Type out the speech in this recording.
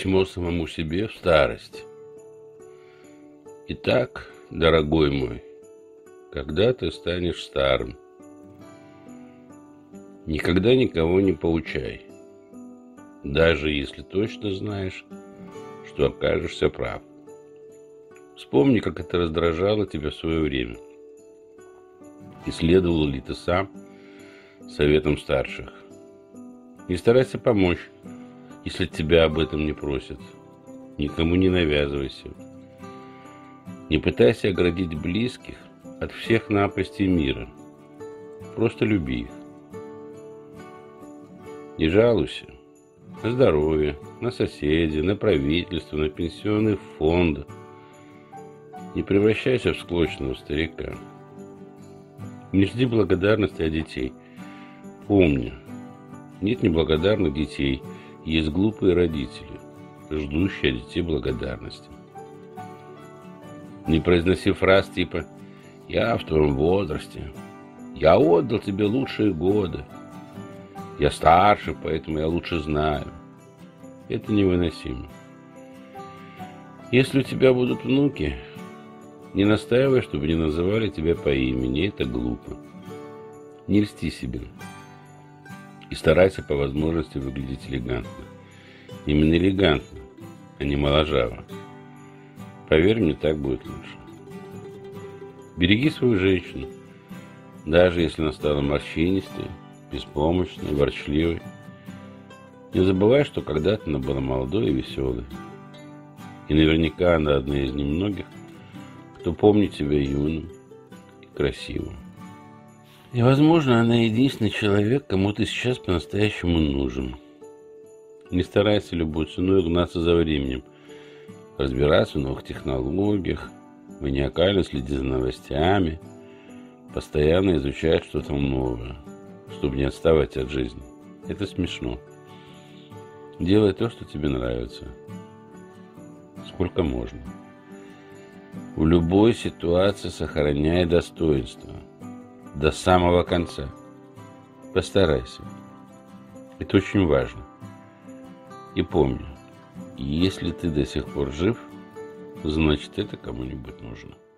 Письмо самому себе в старость. Итак, дорогой мой, когда ты станешь старым, никогда никого не поучай, даже если точно знаешь, что окажешься прав. Вспомни, как это раздражало тебя в свое время. И следовал ли ты сам советам старших? Не старайся помочь, если тебя об этом не просят. Никому не навязывайся. Не пытайся оградить близких от всех напастей мира. Просто люби их. Не жалуйся на здоровье, на соседей, на правительство, на пенсионные фонды. Не превращайся в склочного старика. Не жди благодарности от детей. Помни, нет неблагодарных детей, есть глупые родители, ждущие от детей благодарности. Не произноси фраз типа «Я в твоем возрасте», «Я отдал тебе лучшие годы», «Я старше, поэтому я лучше знаю». Это невыносимо. Если у тебя будут внуки, не настаивай, чтобы не называли тебя по имени. Это глупо. Не льсти себе. И старайся по возможности выглядеть элегантно. Именно элегантно, а не моложаво. Поверь мне, так будет лучше. Береги свою женщину, даже если она стала морщинистой, беспомощной, ворчливой. Не забывай, что когда-то она была молодой и веселой. И наверняка она одна из немногих, кто помнит тебя юным и красивым. И, возможно, она единственный человек, кому ты сейчас по-настоящему нужен. Не старайся любой ценой гнаться за временем, разбираться в новых технологиях, маниакально следи за новостями, постоянно изучать что-то новое, чтобы не отставать от жизни. Это смешно. Делай то, что тебе нравится. Сколько можно. В любой ситуации сохраняй достоинство. До самого конца. Постарайся. Это очень важно. И помни, если ты до сих пор жив, значит, это кому-нибудь нужно.